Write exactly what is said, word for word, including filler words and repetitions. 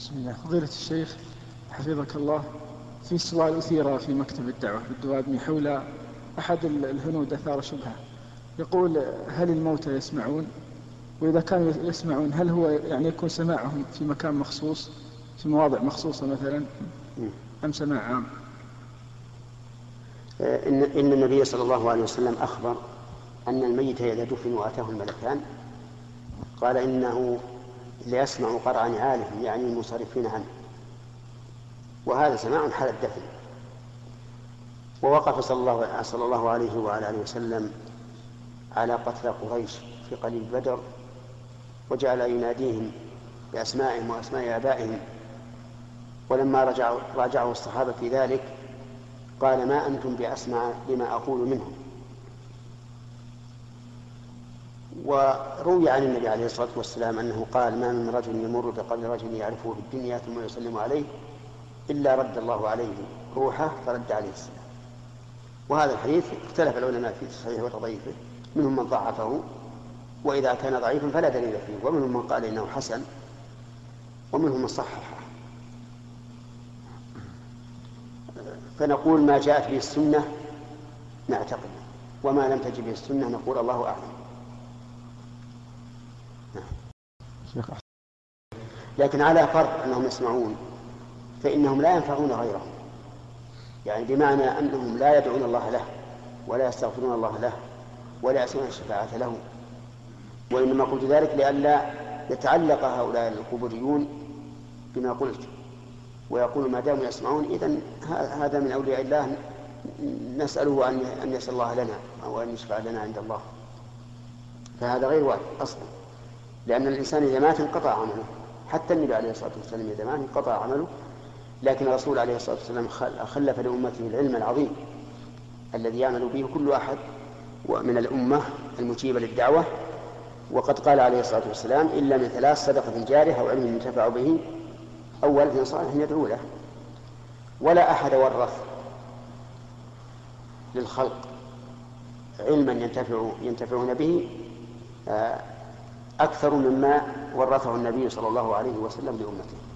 بسم الله. فضيلة الشيخ حفظك الله، في سؤال أثير في مكتب الدعوة بالدوابني حول أحد الهنود أثار شبهة، يقول هل الموتى يسمعون؟ وإذا كانوا يسمعون هل هو يعني يكون سماعهم في مكان مخصوص في مواضع مخصوصة مثلا أم سماع عام؟ إن, إن النبي صلى الله عليه وسلم أخبر أن الميت إذا دفن وأتاه الملكان قال إنه ليسمع قرع نعالهم يعني المنصرفين عنه، وهذا سماع حال الدفن. ووقف صلى الله, صلى الله عليه وعلى آله وسلم على قتلى قريش في قليل بدر، وجعل يناديهم بأسمائهم وأسماء آبائهم، ولما رجعوا راجعوا الصحابة في ذلك قال ما أنتم بأسمع لما أقول منهم. وروي عن النبي عليه الصلاة والسلام أنه قال ما من رجل يمر بقبر رجل يعرفه في الدنيا ثم يسلم عليه إلا رد الله عليه روحه فرد عليه السلام. وهذا الحديث اختلف العلماء في صحيحه وتضعيفه، منهم من ضعفه وإذا كان ضعيفا فلا دليل فيه، ومنهم من قال إنه حسن، ومنهم من صححه. فنقول ما جاءت به السنة نعتقد، وما لم تجب به السنة نقول الله أعلم. لكن على فرض أنهم يسمعون فإنهم لا ينفعون غيرهم، يعني بمعنى أنهم لا يدعون الله له ولا يستغفرون الله له ولا يسمعون الشفاعة له. وإنما قلت ذلك لئلا يتعلق هؤلاء القبوريون بما قلت ويقول ما داموا يسمعون إذن هذا من أولياء الله نسأله أن يسأل الله لنا أو أن يشفع لنا عند الله، فهذا غير واجب أصلا، لأن الإنسان إذا مات انقطع عمله. حتى النبي عليه الصلاة والسلام إذا مات انقطع عمله، لكن الرسول عليه الصلاة والسلام خلف لأمته العلم العظيم الذي يعمل به كل أحد ومن الأمة المجيبة للدعوة. وقد قال عليه الصلاة والسلام إلا من ثلاث: صدقة جارية أو علم ينتفع به أو ولد صالح يدعو له. ولا أحد ورث للخلق علما ينتفع ينتفعون به أكثر مما ورثه النبي صلى الله عليه وسلم لأمته.